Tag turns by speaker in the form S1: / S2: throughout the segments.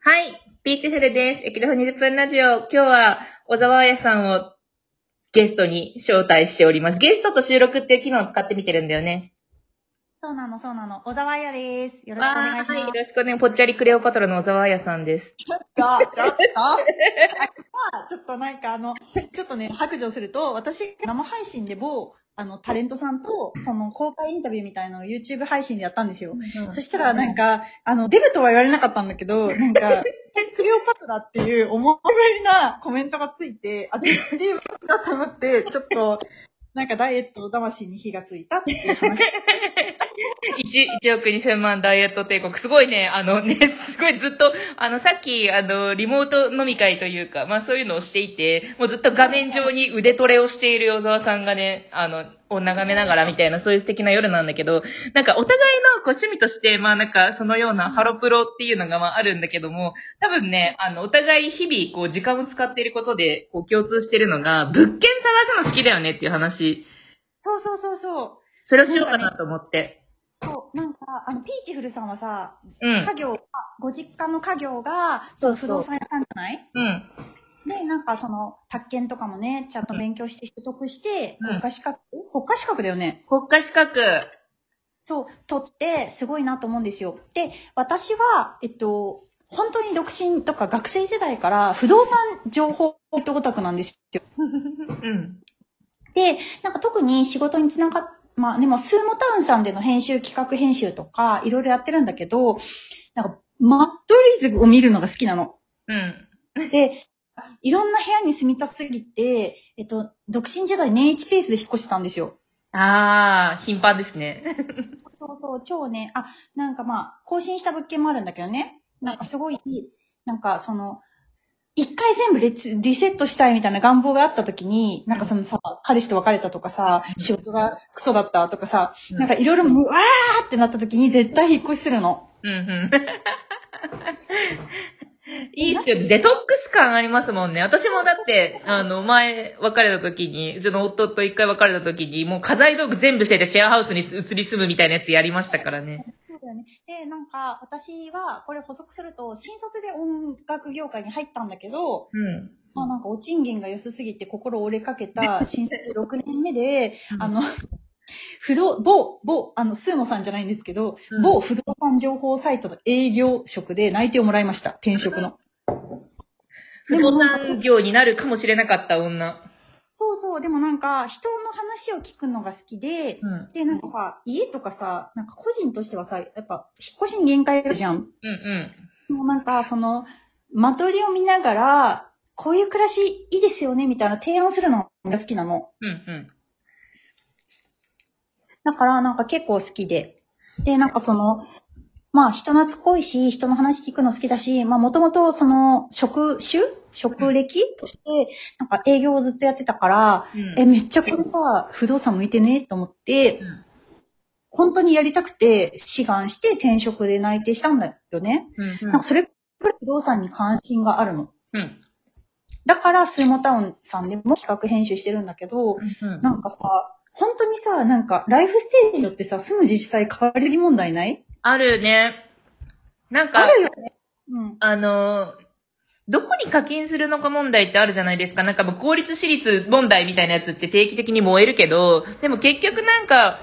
S1: はい、ピーチフルです。駅徒歩20分ラジオ。今日は小沢彩さんをゲストに招待しております。ゲストと収録っていう機能を使ってみてるんだよね。
S2: そうなの。小沢彩です。よろしくお願いします。
S1: はい、よろしくお願い。ぽっちゃりクレオパトラの小沢彩さんです。
S2: ちょっとなんかちょっとね、白状すると、私、生配信でタレントさんと、公開インタビューみたいなのを YouTube 配信でやったんですよ。そしたら、なんか、デブとは言われなかったんだけど、なんか、クレオパトラっていうおもろいなコメントがついて、絶対だと思って、ちょっと、なんかダイエット魂に火がついたっていう話。
S1: 1億2000万ダイエット帝国。すごいね、すごいずっと、さっき、リモート飲み会というか、まあそういうのをしていて、もうずっと画面上に腕トレをしている小沢さんがね、を眺めながらみたいな、そういう素敵な夜なんだけど、なんかお互いのこう趣味として、まあなんかそのようなハロプロっていうのがまああるんだけども、多分ね、お互い日々こう時間を使っていることで、こう共通しているのが、物件探すの好きだよねっていう話。
S2: そう。
S1: それをしようかなと思って。
S2: そう、なんか、ピーチフルさんはさ、
S1: うん。
S2: ご実家の家業が、不動産屋さんじゃない？
S1: うん。
S2: で、なんか宅建とかもね、ちゃんと勉強して取得して、
S1: うん
S2: 国家資格だよね。
S1: 国家資格。
S2: そう、取って、すごいなと思うんですよ。で、私は、本当に独身とか学生時代から不動産情報オタクなんですよ。
S1: うん。
S2: で、なんか特に仕事につながっまあでも、スーモタウンさんでの企画編集とか、いろいろやってるんだけど、なんか、マットリーズを見るのが好きなの。
S1: うん。
S2: で、いろんな部屋に住みたすぎて、独身時代年1ペースで引っ越してたんですよ。
S1: 頻繁ですね。
S2: そう、超ね、なんかまあ、更新した物件もあるんだけどね。なんかすごい、なんか一回全部リセットしたいみたいな願望があった時に、なんか彼氏と別れたとかさ、仕事がクソだったとかさ、なんかいろいろわーってなった時に絶対引っ越しするの。
S1: いいっすよ。デトックス感ありますもんね。私もだって、前別れた時に、うちの夫と一回別れた時に、もう家財道具全部捨ててシェアハウスに移り住むみたいなやつやりましたからね。
S2: そうだよね。で、なんか、私は、これ補足すると、新卒で音楽業界に入ったんだけど、まあなんか、お賃金が安すぎて心折れかけた新卒6年目で、スーモさんじゃないんですけど、某不動産情報サイトの営業職で内定をもらいました。転職の。
S1: 不動産業になるかもしれなかった女。
S2: そう。でもなんか、人の話を聞くのが好きで、で、なんかさ、家とかさ、なんか個人としてはさ、やっぱ、引っ越しに限界あるじゃん。もうなんか、間取りを見ながら、こういう暮らしいいですよね、みたいな提案するのが好きなの。だから、なんか結構好きで。で、なんかまあ、人懐っこいし、人の話聞くの好きだし、まあ、もともと職歴として、なんか営業をずっとやってたから、めっちゃこれさ、不動産向いてねと思って、本当にやりたくて、志願して転職で内定したんだよね。なんかそれくらい不動産に関心があるの。だから、スーモタウンさんでも企画編集してるんだけど、なんかさ、本当にさ、なんか、ライフステージによってさ、住む自治体変わりすぎ問題ない？
S1: あるね。なんか、
S2: あるよね。
S1: どこに課金するのか問題ってあるじゃないですか。なんかもう公立私立問題みたいなやつって定期的に燃えるけど、でも結局なんか、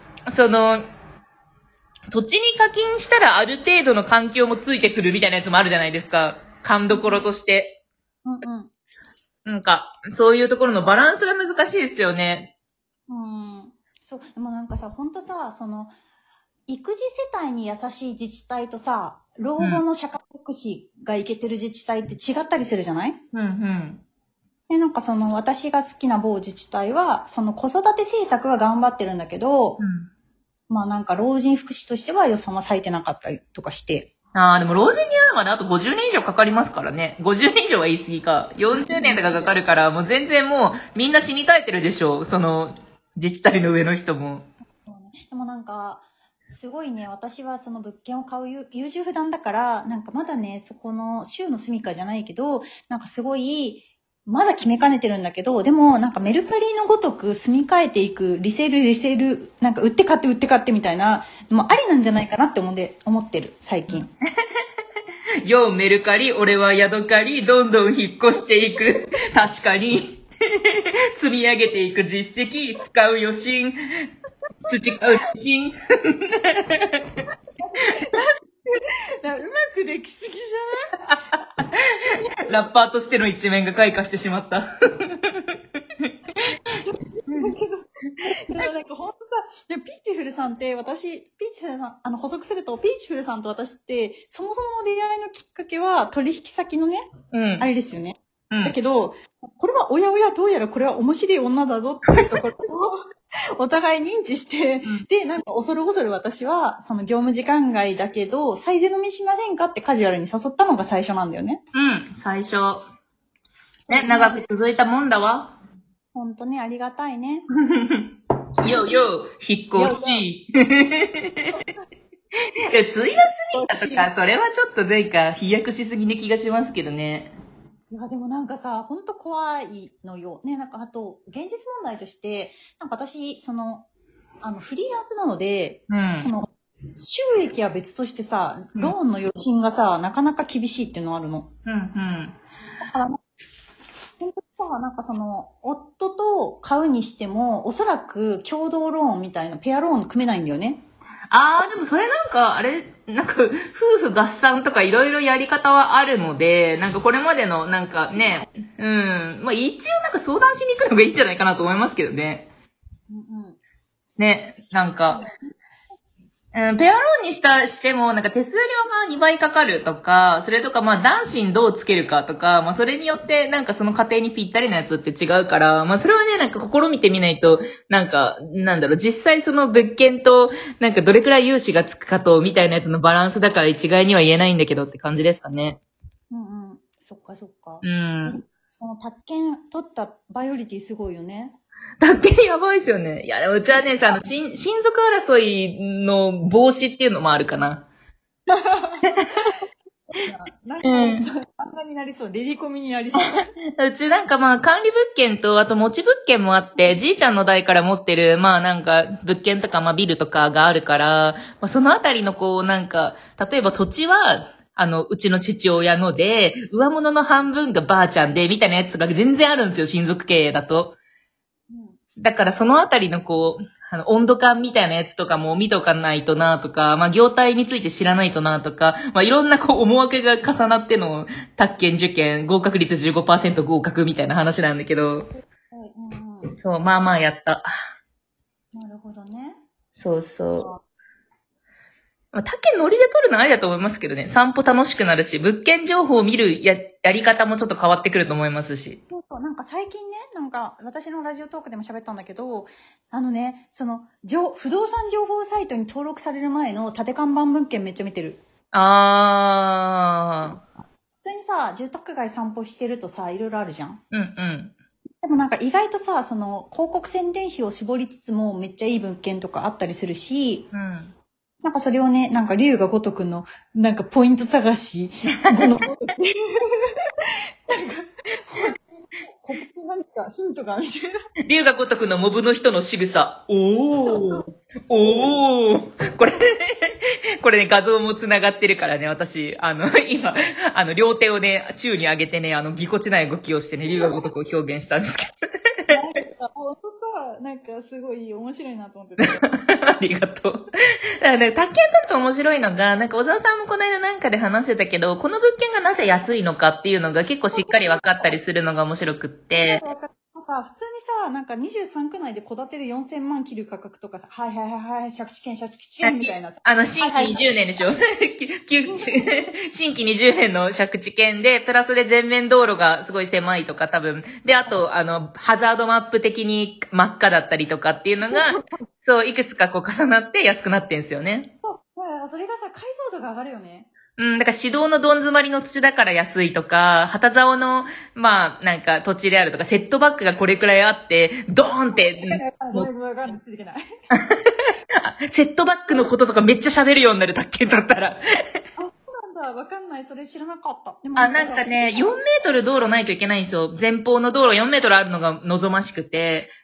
S1: 土地に課金したらある程度の環境もついてくるみたいなやつもあるじゃないですか。勘どころとして。なんか、そういうところのバランスが難しいですよね。
S2: そう、でもなんかさ、ほんとさ、育児世帯に優しい自治体とさ、老後の社会福祉がいけてる自治体って違ったりするじゃない？で、なんか私が好きな某自治体は、子育て政策は頑張ってるんだけど、まあなんか老人福祉としては予算は割いてなかったりとかして。
S1: でも老人になるまであと50年以上かかりますからね。50年以上は言い過ぎか。40年とかかかるから、もう全然もうみんな死に絶えてるでしょう。自治体の上の人も。
S2: でもなんか、すごいね、私は物件を買う優柔不断だから、なんかまだね、そこの州の住処じゃないけど、なんかすごい、まだ決めかねてるんだけど、でもなんかメルカリのごとく住み替えていく、リセール、なんか売って買ってみたいな、もうありなんじゃないかなって思ってる、最近。
S1: ようメルカリ、俺はヤドカリ、どんどん引っ越していく。確かに。積み上げていく実績、使う余震、培う自信。
S2: うまくできすぎじ
S1: ラッパーとしての一面が開花してしまった。
S2: ゃないなんかほんとさ、でもピーチフルさんって私、ピーチフルさん、補足すると、ピーチフルさんと私って、そもそもの出会いのきっかけは取引先のね、あれですよね。だけど、これはおやおやどうやらこれは面白い女だぞっていうところをお互い認知して、で、なんか恐る恐る私は、その業務時間外だけど、サイゼ飲みしませんかってカジュアルに誘ったのが最初なんだよね。
S1: 最初。ね、長く続いたもんだわ。
S2: ほんとね、ありがたいね。
S1: よ、引っ越し。いや、ついなすぎたとか、それはちょっとなんか飛躍しすぎな気がしますけどね。
S2: いや、でもなんかさ、ほんと怖いのよ。ね、なんかあと、現実問題として、なんか私、フリーランスなので、収益は別としてさ、ローンの余震がさ、なかなか厳しいっていうのあるの。だから本当にさ、なんか夫と買うにしても、おそらく共同ローンみたいなペアローン組めないんだよね。
S1: でもそれなんか、なんか、夫婦合算とかいろいろやり方はあるので、なんかこれまでのなんかね、まあ一応なんか相談しに行くのがいいんじゃないかなと思いますけどね。ね、なんか、ペアローンにしても、なんか手数料が2倍かかるとか、それとかまあ男子にどうつけるかとか、まあそれによってなんかその家庭にぴったりなやつって違うから、まあそれはね、なんか試みてみないと、なんか、実際その物件と、なんかどれくらい融資がつくかと、みたいなやつのバランスだから一概には言えないんだけどって感じですかね。
S2: そっかそっか。この宅建取ったバイオリティすごいよね。
S1: 宅建やばいですよね。いや、うちはね、親族争いの防止っていうのもあるかな。
S2: なんか、漫画になりそう。レディコミになりそう。
S1: うちなんかまあ管理物件と、あと持ち物件もあって、じいちゃんの代から持ってる、まあなんか物件とかまあビルとかがあるから、まあそのあたりのこうなんか、例えば土地は、うちの父親ので、上物の半分がばあちゃんで、みたいなやつとか全然あるんですよ、親族経営だと。だからそのあたりのこう、温度感みたいなやつとかも見とかないとなとか、まあ業態について知らないとなとか、まあいろんなこう思惑が重なっての、宅建受験、合格率 15% 合格みたいな話なんだけど、そう、まあまあやった。
S2: なるほどね。
S1: そうそう。まあ、宅建ノリで取るのありだと思いますけどね。散歩楽しくなるし、物件情報を見るやり方もちょっと変わってくると思いますし。
S2: そう、なんか最近ね、なんか私のラジオトークでも喋ったんだけど、不動産情報サイトに登録される前の縦看板物件めっちゃ見てる。普通にさ、住宅街散歩してるとさ、いろいろあるじゃん。でもなんか意外とさ、広告宣伝費を絞りつつもめっちゃいい物件とかあったりするし、なんかそれをね、なんか龍が如くの、なんかポイント探し、なんか、ここに何かヒントがみたいな。
S1: 龍が如くのモブの人の仕草。これね、画像も繋がってるからね、私、今、両手をね、宙に上げてね、ぎこちない動きをしてね、龍が如くを表現したんですけど。
S2: ほんとさ、なんかすごい面白いなと思ってた。
S1: ありがとう。だからね、宅建取ると面白いのが、なんか小沢さんもこの間なんかで話してたけど、この物件がなぜ安いのかっていうのが結構しっかり分かったりするのが面白くって。
S2: さ、普通にさ、なんか23区内で戸建てで4000万切る価格とかさ、はい、借地権みたいなさ。
S1: 新規20年でしょ新規20年の借地権で、プラスで全面道路がすごい狭いとか多分。で、あと、ハザードマップ的に真っ赤だったりとかっていうのが、そう、いくつかこう重なって安くなってんすよね。
S2: そう。それがさ、解像度が上がるよね。
S1: だから指導のどん詰まりの土だから安いとか、旗竿の、まあ、なんか土地であるとか、セットバックがこれくらいあって、ドーンって、
S2: ついてない。
S1: セットバックのこととかめっちゃ喋るようになる宅建だったら。
S2: そうなんだ、わかんない。それ知らなかった。
S1: なんかね、4メートル道路ないといけないんですよ。前方の道路4メートルあるのが望ましくて。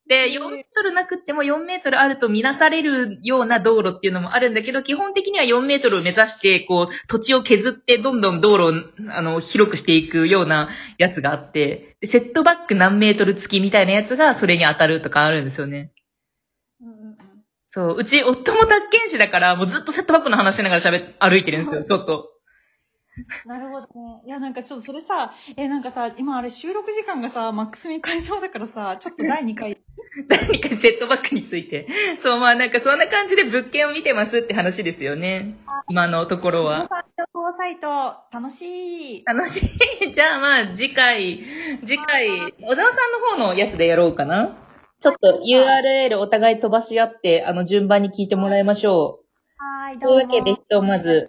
S1: で、4メートルなくっても4メートルあるとみなされるような道路っていうのもあるんだけど、基本的には4メートルを目指して、こう、土地を削ってどんどん道路を、広くしていくようなやつがあって、セットバック何メートル付きみたいなやつがそれに当たるとかあるんですよね。そう、うち夫も宅建士だから、もうずっとセットバックの話しながら歩いてるんですよ、ちょっと。
S2: なるほどね。いや、なんかちょっとそれさ、なんかさ、今あれ収録時間がさ、マックスに変えそうだからさ、ちょっと第2回。
S1: 何かセットバックについて。そう、まあなんかそんな感じで物件を見てますって話ですよね。今のところは。
S2: 情報サイト、楽しい。
S1: 楽しい。じゃあまあ次回、小沢さんの方のやつでやろうかな。ちょっと URL お互い飛ばし合って、順番に聞いてもらいましょう。
S2: はい、
S1: というわけで、ひとまず、